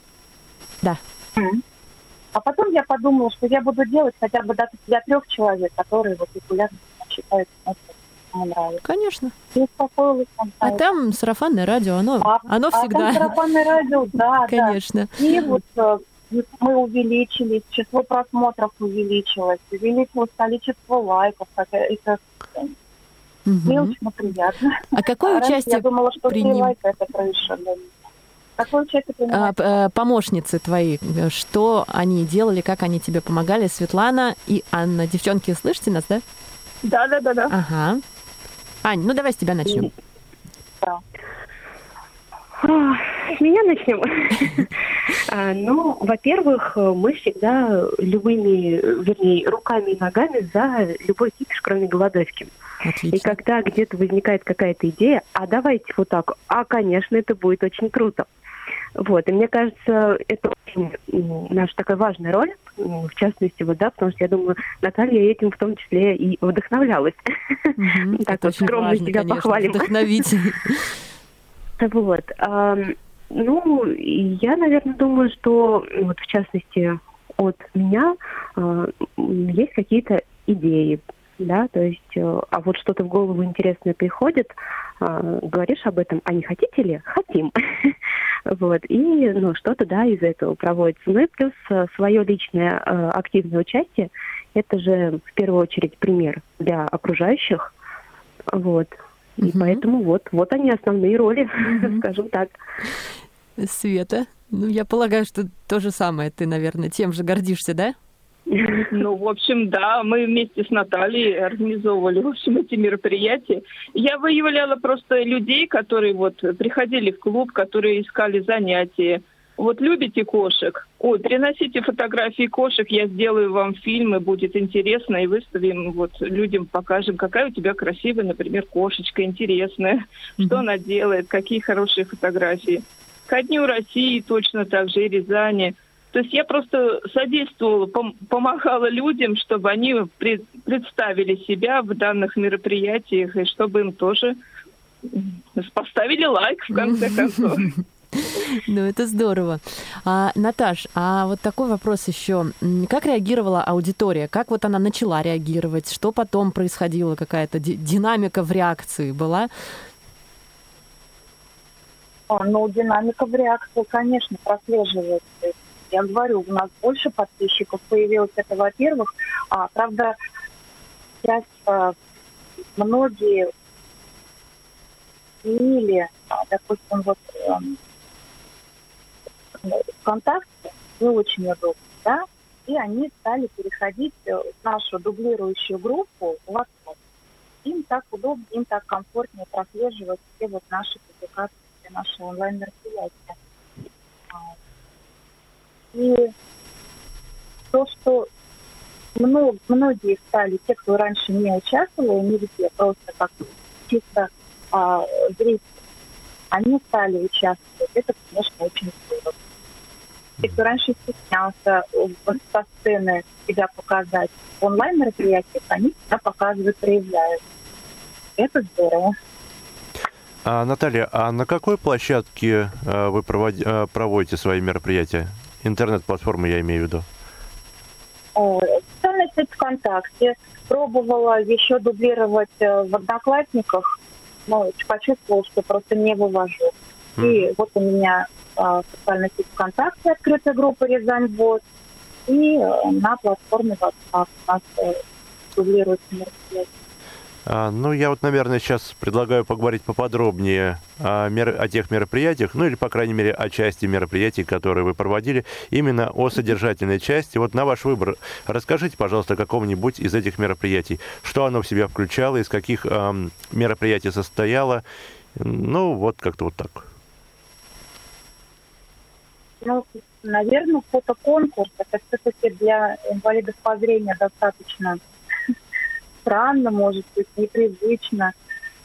А потом я подумала, что я буду делать хотя бы для 3 человек, которые вот регулярно читают, мне нравится. Конечно. И успокоилась там. А там сарафанное радио, оно всегда... там сарафанное радио, да. Конечно. Да. И вот мы увеличились, число просмотров увеличилось количество лайков, хотя это мелочь, но приятно. А какое участие я думала, что 3 лайка это крыша. Какое участие принимаете? Помощницы твои, что они делали, как они тебе помогали? Светлана и Анна. Девчонки, слышите нас, да? Да. Ага. Ань, ну давай с тебя начнем. Да. С меня начнем. Ну, во-первых, мы всегда руками и ногами за любой кипиш, кроме голодовки. Отлично. И когда где-то возникает какая-то идея, давайте вот так, конечно, это будет очень круто. Вот, и мне кажется, это очень наша такая важная роль, в частности, вот, да, потому что я думаю, Наталья этим в том числе и вдохновлялась. Так вот, скромно себя похвалим. Вдохновить. Вот. Ну, я, наверное, думаю, что, вот, в частности, от меня есть какие-то идеи, да, то есть, а вот что-то в голову интересное приходит, говоришь об этом, а не хотите ли? Хотим. Вот, и, ну, что-то, да, из этого проводится. Ну и плюс свое личное активное участие, это же, в первую очередь, пример для окружающих, вот. И поэтому вот они основные роли, скажем так. Света, ну, я полагаю, что то же самое. Ты, наверное, тем же гордишься, да? Ну, в общем, да, мы вместе с Натальей организовывали, в общем, эти мероприятия. Я выявляла просто людей, которые вот приходили в клуб, которые искали занятия. Вот любите кошек? Ой, приносите фотографии кошек, я сделаю вам фильм, и будет интересно, и выставим, вот людям покажем, какая у тебя красивая, например, кошечка интересная, что она делает, какие хорошие фотографии. Ко Дню России точно так же, и Рязани. То есть я просто содействовала, помогала людям, чтобы они представили себя в данных мероприятиях, и чтобы им тоже поставили лайк, в конце концов. Ну, это здорово. Наташ, а вот такой вопрос еще. Как реагировала аудитория? Как вот она начала реагировать? Что потом происходило? Какая-то динамика в реакции была? Ну, динамика в реакции, конечно, прослеживается. Я говорю, у нас больше подписчиков появилось, это во-первых. Правда, сейчас многие сменили, допустим, вот ВКонтакте, не очень удобно, да, и они стали переходить в нашу дублирующую группу в WhatsApp. Им так удобно, им так комфортнее прослеживать все вот наши публикации, наши онлайн-мероприятия. И то, что многие стали, те, кто раньше не участвовал, не везде, просто как чисто зрители, они стали участвовать. Это, конечно, очень здорово. Те, кто раньше стеснялся со сцены себя показать в онлайн-мероприятиях, они себя показывают, проявляют. Это здорово. Наталья, а на какой площадке вы проводите свои мероприятия? Интернет-платформы, я имею в виду. Социальная сеть ВКонтакте. Пробовала еще дублировать в Одноклассниках, но почувствовала, что просто не вывожу. И вот у меня социальная сеть ВКонтакте, открытая группа «Рязань ВОЗ», и на платформе WhatsApp у нас дублируется мероприятие. Ну, я вот, наверное, сейчас предлагаю поговорить поподробнее о тех мероприятиях, ну или, по крайней мере, о части мероприятий, которые вы проводили, именно о содержательной части. Вот на ваш выбор расскажите, пожалуйста, о каком-нибудь из этих мероприятий. Что оно в себя включало, из каких мероприятий состояло. Ну, вот как-то вот так. Ну, наверное, фотоконкурс. Это все-таки для инвалидов по зрению достаточно странно, может быть, непривычно.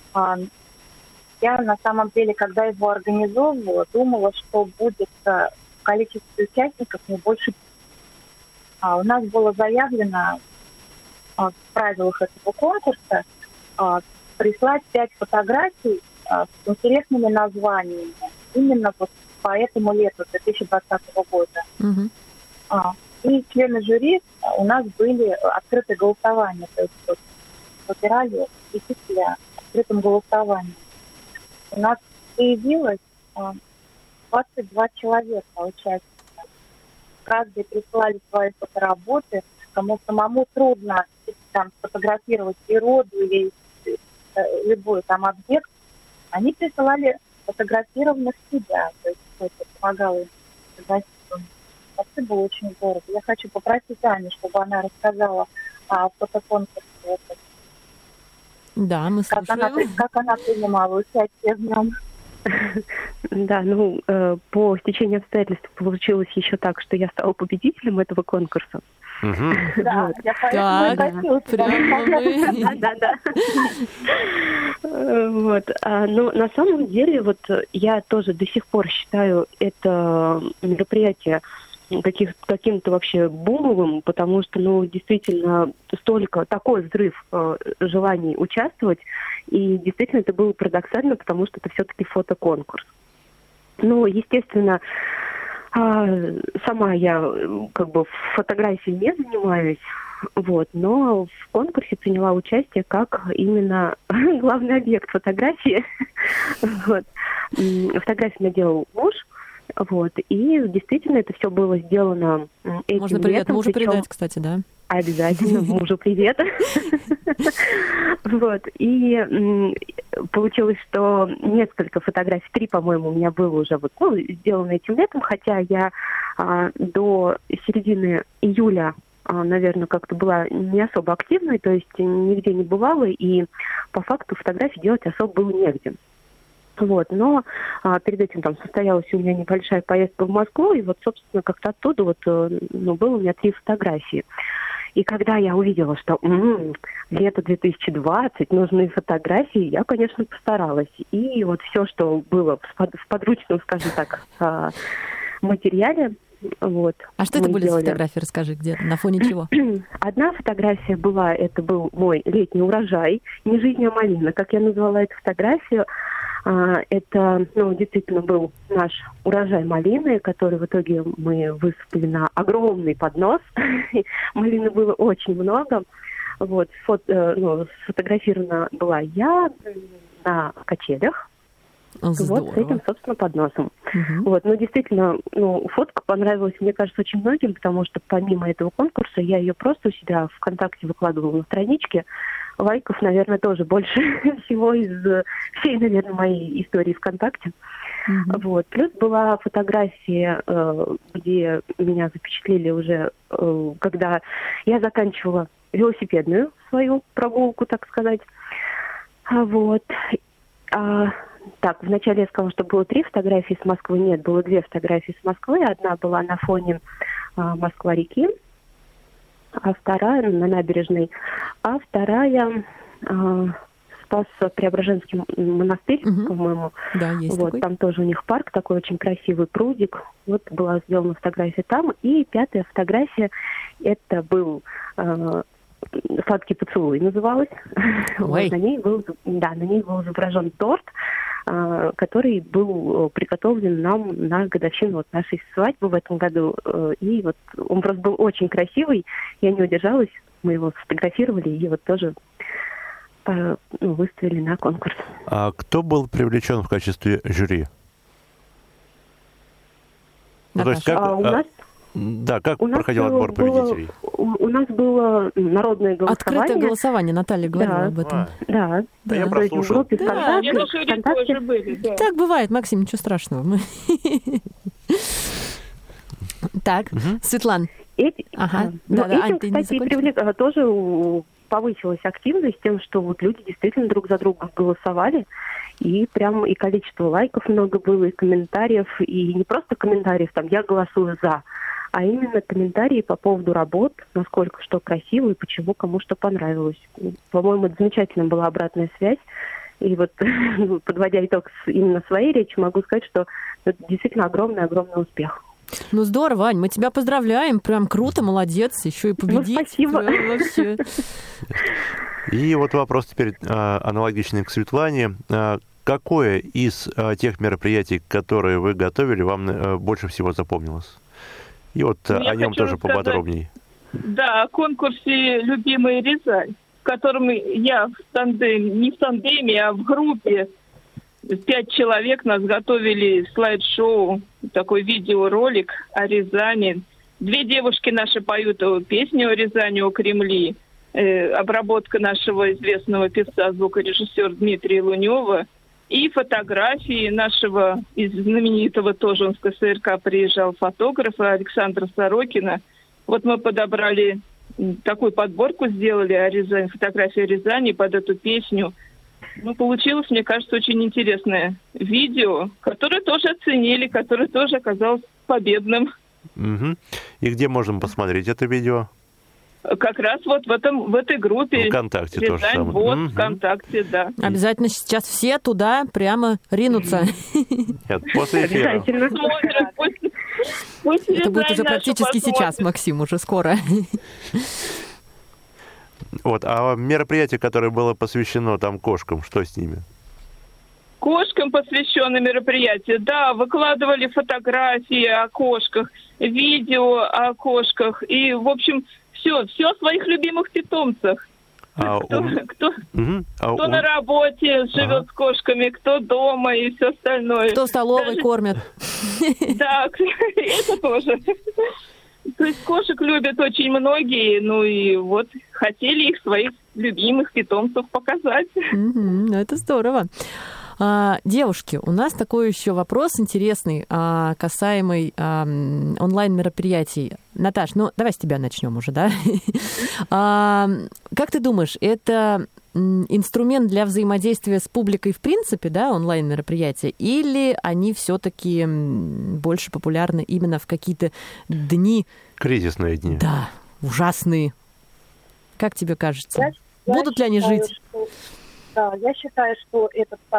Я, на самом деле, когда его организовывала, думала, что будет количество участников не больше. У нас было заявлено в правилах этого конкурса прислать 5 фотографий с интересными названиями. Именно вот по этому лету 2020 года. И члены жюри у нас были открытые голосования, то есть вот, выбирали победителя открытым голосованием. У нас появилось 22 человека участников. Каждый прислали свои фотоработы, кому самому трудно там сфотографировать природу или любой там объект. Они присылали фотографированных себя, то есть это помогало им фотографировать. Это было очень здорово. Я хочу попросить Аню, чтобы она рассказала о фотоконкурсе. Да, мы слушаем. Как она принимала участие в нем. Да, ну, по стечению обстоятельств получилось еще так, что я стала победителем этого конкурса. Да, я поэтому Да. Вот. Но на самом деле, вот я тоже до сих пор считаю это мероприятие каким-то вообще бумовым, потому что, ну, действительно, такой взрыв желаний участвовать, и действительно это было парадоксально, потому что это все-таки фотоконкурс. Ну, естественно, сама я как бы фотографией не занимаюсь, вот, но в конкурсе приняла участие как именно главный объект фотографии. Вот. Фотографию наделал муж. Вот. И действительно это все было сделано этим Можно привет летом. мужу передать, кстати, да? Обязательно мужу привет. Вот. И получилось, что несколько фотографий, 3, по-моему, у меня было уже сделано этим летом, хотя я до середины июля, наверное, как-то была не особо активной, то есть нигде не бывала, и по факту фотографий делать особо было негде. Вот, но перед этим там состоялась у меня небольшая поездка в Москву, и вот, собственно, как-то оттуда было у меня 3 фотографии. И когда я увидела, что лето 2020, нужны фотографии, я, конечно, постаралась. И вот все, что было в подручном, скажем так, материале, Вот. А что это мы были за делали. фотографии? Расскажи, где, на фоне чего? Одна фотография была, это был мой летний урожай, не жизнь, а малина, как я назвала эту фотографию. Это, действительно был наш урожай малины, который в итоге мы высыпали на огромный поднос. Малины было очень много. Вот, сфотографирована была я на качелях. Здорово. Вот с этим, собственно, подносом. Мгм. Вот, действительно, фотка понравилась, мне кажется, очень многим, потому что помимо этого конкурса я ее просто у себя ВКонтакте выкладывала на страничке. Лайков, наверное, тоже больше всего из всей, наверное, моей истории ВКонтакте. Мгм. Вот. Плюс была фотография, где меня запечатлели уже, когда я заканчивала велосипедную свою прогулку, так сказать. Вот. Так, вначале я сказала, что было 3 фотографии с Москвы. Нет, было 2 фотографии с Москвы. Одна была на фоне Москва-реки, а вторая на набережной, а вторая Спас-Преображенский монастырь, по-моему. Да, есть Вот, такой. там тоже у них парк, такой очень красивый прудик. Вот была сделана фотография там. И 5-я фотография, это был «Сладкий поцелуй» называлась. Вот, на ней был изображен торт, который был приготовлен нам на годовщину нашей свадьбы в этом году. И вот он просто был очень красивый. Я не удержалась, мы его сфотографировали и вот тоже выставили на конкурс. А кто был привлечен в качестве жюри? То есть как, у нас да, как у нас проходил отбор победителей? У нас было народное голосование. Открытое голосование, Наталья говорила об этом. Да, Да, я то есть в прослушал. группе Да, И на жюри тоже были, да. Так бывает, Максим, ничего страшного. Так, Светлана. Ага. Да, Этим, Ань, ты не кстати, тоже повысилась активность тем, что вот люди действительно друг за друга голосовали, и прям и количество лайков много было, и комментариев, и не просто комментариев, там, я голосую за, а именно комментарии по поводу работ, насколько что красиво и почему кому что понравилось. По-моему, это замечательная была обратная связь. И вот, подводя итог именно своей речи, могу сказать, что это действительно огромный-огромный успех. Ну здорово, Ань, мы тебя поздравляем, прям круто, молодец, еще и победить. Спасибо. Прям вообще. И вот вопрос теперь аналогичный к Светлане. Какое из тех мероприятий, которые вы готовили, вам больше всего запомнилось? И вот Я о нем хочу тоже рассказать. поподробнее. Да, о конкурсе «Любимая Рязань», в котором я не в тандеме, а в группе 5 человек нас готовили слайд-шоу, такой видеоролик о Рязани. 2 девушки наши поют песню о Рязани, о Кремле. Обработка нашего известного певца, звукорежиссера Дмитрия Лунева. И фотографии нашего из знаменитого тоже, он с КСРК приезжал, фотографа Александра Сорокина. Вот мы подобрали такую подборку, сделали о Рязани, фотографии Рязани под эту песню. Ну, получилось, мне кажется, очень интересное видео, которое тоже оценили, которое тоже оказалось победным. Угу. И где можем посмотреть это видео? Как раз вот в этой группе. ВКонтакте тоже Рязань, самое. вот, ВКонтакте, да. Обязательно сейчас все туда прямо ринутся. Нет, после эфира. Обязательно. Смотрят. Пусть Это будет Рязань уже нашу практически посмотрит. сейчас, Максим, уже скоро. Вот, а мероприятие, которое было посвящено там кошкам, что с ними? Кошкам посвященное мероприятие. Да, выкладывали фотографии о кошках, видео о кошках. И, в общем, все о своих любимых питомцах. Кто на работе живет с кошками, кто дома и все остальное. Кто в столовой кормят. Да, это тоже. То есть кошек любят очень многие, ну и вот хотели их, своих любимых питомцев, показать. Ну, это здорово. Девушки, у нас такой еще вопрос интересный, касаемый онлайн-мероприятий. Наташ, ну давай с тебя начнем уже, да? Как ты думаешь, это инструмент для взаимодействия с публикой в принципе, да, онлайн-мероприятия, или они все-таки больше популярны именно в какие-то дни? Кризисные дни. Да, ужасные. Как тебе кажется? Будут ли они жить? Да, я считаю, что этот формат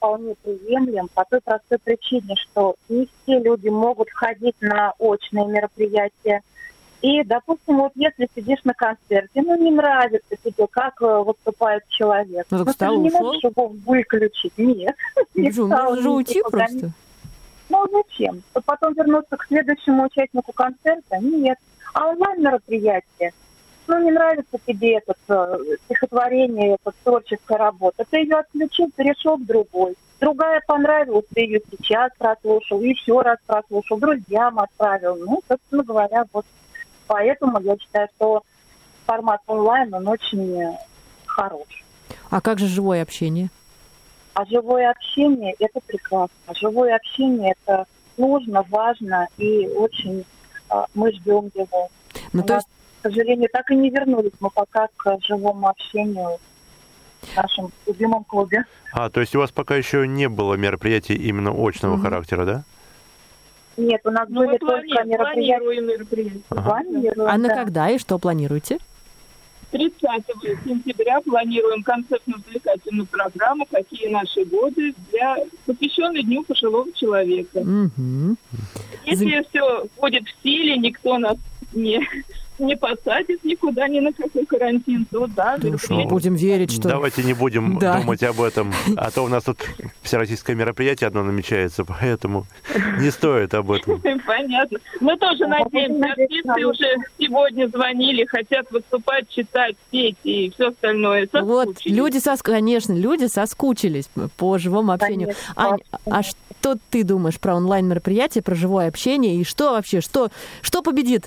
вполне приемлем по той простой причине, что не все люди могут ходить на очные мероприятия. И, допустим, вот если сидишь на концерте, ну, не нравится тебе, как выступает человек. Ну, так ты встал, же не ушел? можешь его выключить. Нет. Не встал, Можно же уйти никуда. просто. Ну, зачем? Чтобы потом вернуться к следующему участнику концерта? Нет. А онлайн-мероприятие? Ну, не нравится тебе это стихотворение, эта творческая работа. Ты ее отключил, перешел к другой. Другая понравилась, ты ее сейчас прослушал, еще раз прослушал, друзьям отправил. Ну, собственно говоря, вот поэтому я считаю, что формат онлайн, он очень хорош. А как же живое общение? А живое общение – это прекрасно. Живое общение – это нужно, важно и очень мы ждем его. Ну, то есть... К сожалению, так и не вернулись мы пока к живому общению в нашем любимом клубе. То есть у вас пока еще не было мероприятий именно очного характера, да? Нет, у нас были только мероприятия. Планируем, А на да. когда и что планируете? 30 сентября планируем концертно-развлекательную программу «Какие наши годы», посвященную Дню пожилого человека. Угу. Если все будет в силе, никто нас не посадит никуда, ни на какой карантин, то да, мероприятие. Будем верить, что... Давайте не будем думать об этом, а то у нас тут всероссийское мероприятие одно намечается, поэтому не стоит об этом. Понятно. Мы тоже надеемся. Артисты уже сегодня звонили, хотят выступать, читать, петь и все остальное. Вот, конечно, люди соскучились по живому общению. Ань, а что ты думаешь про онлайн-мероприятие, про живое общение и что вообще, что победит?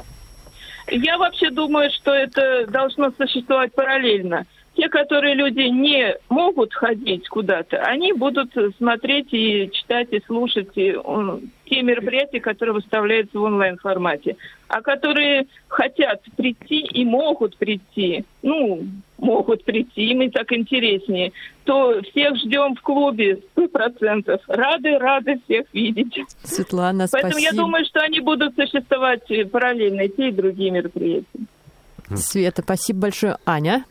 Я вообще думаю, что это должно существовать параллельно. Те, которые люди не могут ходить куда-то, они будут смотреть и читать, и слушать те мероприятия, которые выставляются в онлайн-формате. А которые хотят прийти и могут прийти, им и так интереснее, то всех ждем в клубе 100%. Рады всех видеть. Светлана, Поэтому спасибо. я думаю, что они будут существовать параллельно, и те, и другие мероприятия. Света, спасибо большое. Аня?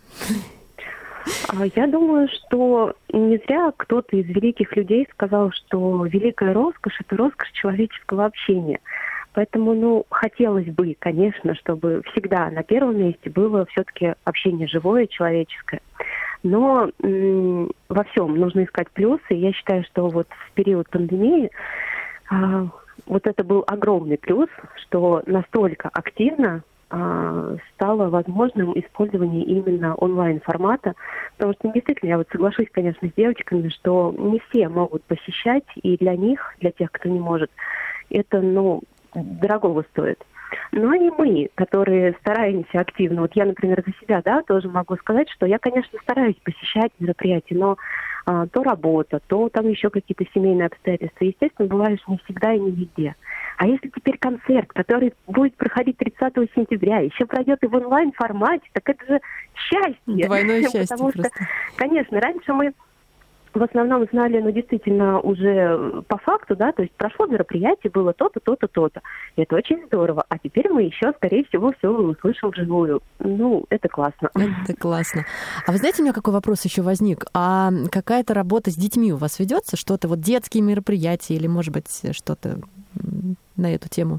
Я думаю, что не зря кто-то из великих людей сказал, что великая роскошь – это роскошь человеческого общения. Поэтому, хотелось бы, конечно, чтобы всегда на первом месте было все-таки общение живое, человеческое. Но во всем нужно искать плюсы. Я считаю, что вот в период пандемии вот это был огромный плюс, что настолько активно стало возможным использование именно онлайн-формата, потому что действительно, я вот соглашусь, конечно, с девочками, что не все могут посещать, и для них, для тех, кто не может, это, дорогого стоит. Но и мы, которые стараемся активно, вот я, например, за себя, тоже могу сказать, что я, конечно, стараюсь посещать мероприятия, но то работа, то там еще какие-то семейные обстоятельства, естественно, бываешь не всегда и не везде. А если теперь концерт, который будет проходить 30 сентября, еще пройдет и в онлайн-формате, так это же счастье. Двойное счастье Потому просто. что, конечно, раньше мы в основном знали, действительно, уже по факту, то есть прошло мероприятие, было то-то, то-то, то-то. И это очень здорово. А теперь мы еще, скорее всего, все услышим вживую. Это классно. Это классно. А вы знаете, у меня какой вопрос еще возник? А какая-то работа с детьми у вас ведется? Что-то детские мероприятия или, может быть, что-то на эту тему?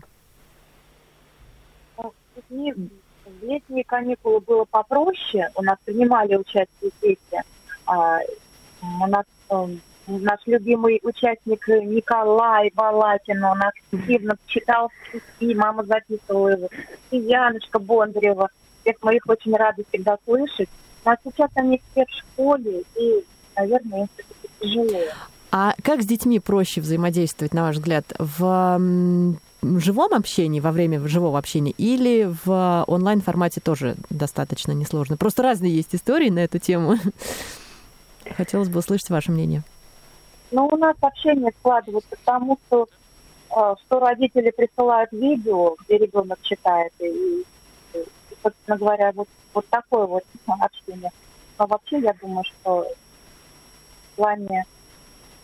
В летние каникулы было попроще. У нас принимали участие дети. У нас наш любимый участник Николай Балакин, он активно читал стихи, мама записывала его. И Яночка Бондарева. Всех мы их очень рады всегда слышать. А сейчас они все в школе, и, наверное, им все-таки тяжело. А как с детьми проще взаимодействовать, на ваш взгляд, в живом общении, во время живого общения, или в онлайн-формате тоже достаточно несложно? Просто разные есть истории на эту тему. Хотелось бы услышать ваше мнение. У нас общение складывается к тому, что родители присылают видео, где ребенок читает, и собственно говоря, вот такое вот общение. Но вообще, я думаю, что в плане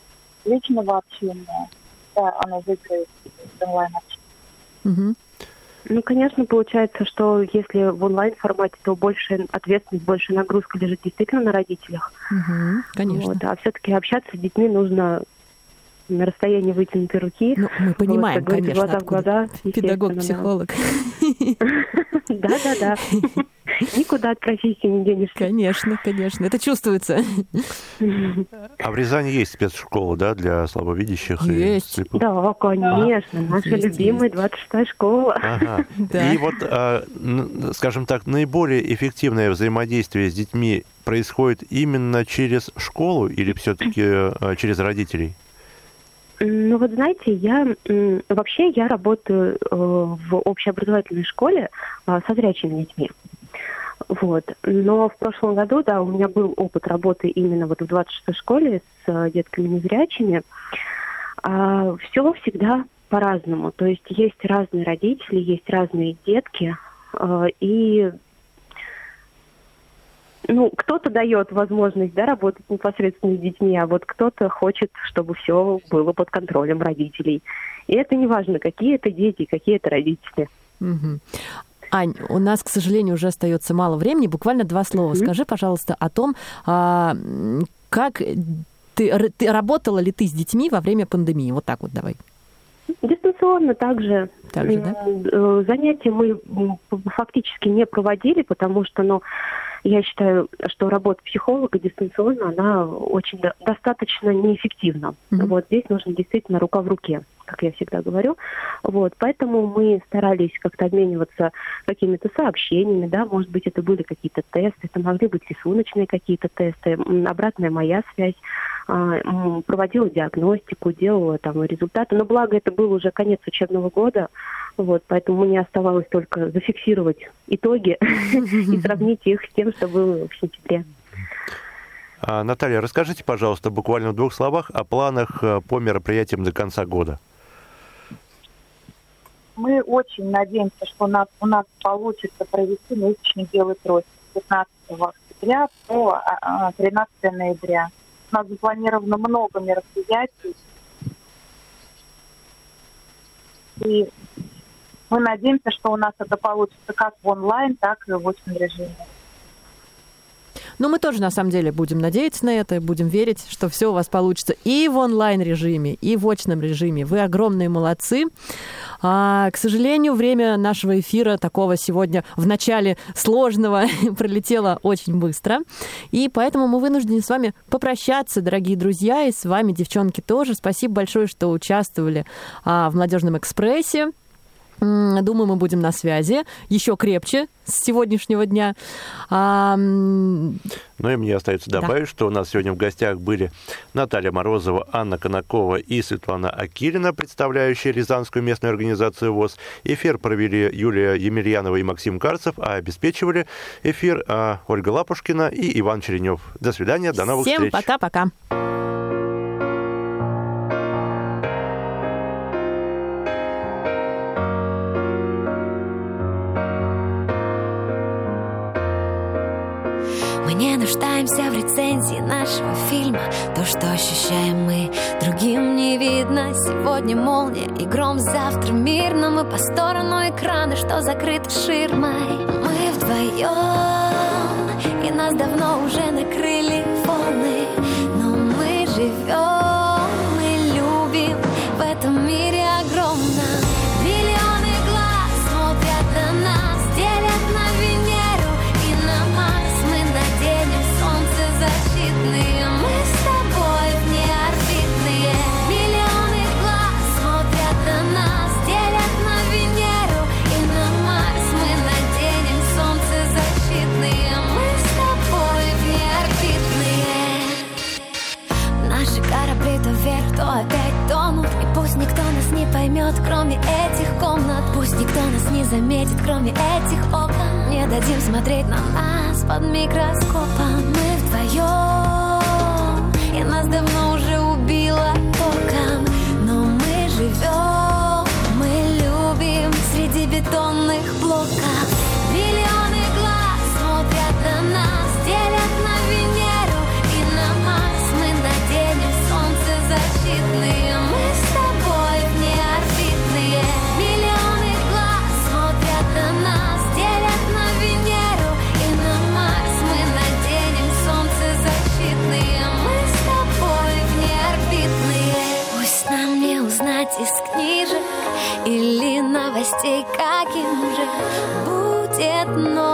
личного общения, оно выиграет онлайн-общение. Угу. Ну, конечно, получается, что если в онлайн-формате, то больше ответственность, больше нагрузка лежит действительно на родителях. Конечно. Вот, а все-таки общаться с детьми нужно на расстоянии вытянутой руки. Ну, мы понимаем, вот, конечно, глаза в глаза. Педагог-психолог. Да. Никуда от профессии не денешься. Конечно. Это чувствуется. А в Рязани есть спецшкола, да, для слабовидящих? Есть. И слепых? Да, конечно. Наша любимая 26-я школа. Ага. Да. И вот, скажем так, наиболее эффективное взаимодействие с детьми происходит именно через школу или все-таки через родителей? Ну вот знаете, я работаю в общеобразовательной школе со зрячими детьми. Вот. Но в прошлом году, да, у меня был опыт работы именно вот в 26-й школе с детками незрячими. Все всегда по-разному. То есть есть разные родители, есть разные детки. И кто-то дает возможность, да, работать непосредственно с детьми, а вот кто-то хочет, чтобы все было под контролем родителей. И это не важно, какие это дети, какие это родители. Ань, у нас, к сожалению, уже остается мало времени. Буквально 2 слова. Скажи, пожалуйста, о том, как ты работала ли ты с детьми во время пандемии? Вот так вот давай. Дистанционно также. Так же, да? Занятия мы фактически не проводили, потому что, я считаю, что работа психолога дистанционно, она очень достаточно неэффективна. Вот здесь нужно действительно рука в руке, как я всегда говорю. Вот, поэтому мы старались как-то обмениваться какими-то сообщениями, да, может быть, это были какие-то тесты, это могли быть рисуночные какие-то тесты, обратная моя связь, проводила диагностику, делала там результаты. Но благо это был уже конец учебного года, вот, поэтому мне оставалось только зафиксировать итоги и сравнить их с тем, что было в сентябре. Наталья, расскажите, пожалуйста, буквально в 2 словах о планах по мероприятиям до конца года. Мы очень надеемся, что у нас получится провести месячный белый тросик с 15 октября по 13 ноября. У нас запланировано много мероприятий. И мы надеемся, что у нас это получится как в онлайн, так и в очном режиме. Но мы тоже, на самом деле, будем надеяться на это, будем верить, что все у вас получится и в онлайн-режиме, и в очном режиме. Вы огромные молодцы. К сожалению, время нашего эфира такого сегодня в начале сложного пролетело очень быстро. И поэтому мы вынуждены с вами попрощаться, дорогие друзья, и с вами, девчонки, тоже. Спасибо большое, что участвовали в «Молодежном экспрессе». Думаю, мы будем на связи еще крепче с сегодняшнего дня. Ну и мне остается добавить, что у нас сегодня в гостях были Наталья Морозова, Анна Конакова и Светлана Акилина, представляющие Рязанскую местную организацию ВОС. Эфир провели Юлия Емельянова и Максим Карцев, а обеспечивали эфир Ольга Лапушкина и Иван Черенев. До свидания, до новых встреч. Всем пока-пока. Мы не нуждаемся в рецензии нашего фильма. То, что ощущаем мы, другим не видно. Сегодня молния и гром, завтра мир. Но мы по сторону экрана, что закрыты ширмой. Мы вдвоем, и нас давно уже накрыли волны. Но мы живем, мы любим в этом мире огромном. Миллионы глаз смотрят на нас, делят на Венеру и на Марс. Мы наденем солнцезащитные, мы с тобой внеорбитные. Миллионы глаз смотрят на нас, делят на Венеру и на Марс. Мы наденем солнцезащитные, мы с тобой внеорбитные. Наши корабли то вверх, то опять тонут. И пусть никто нас не поймет, кроме этих комнат. Пусть никто нас не заметит, кроме этих окон. Не дадим смотреть на нас под микроскопом. Мы вдвоем, и нас давно уже убило током. Но мы живем, мы любим среди бетонных блоков. Миллионы глаз смотрят на нас, делят на Венеру и на Марс. Мы наденем солнцезащитные, мы с тобой внеорбитные. Миллионы глаз смотрят нет, но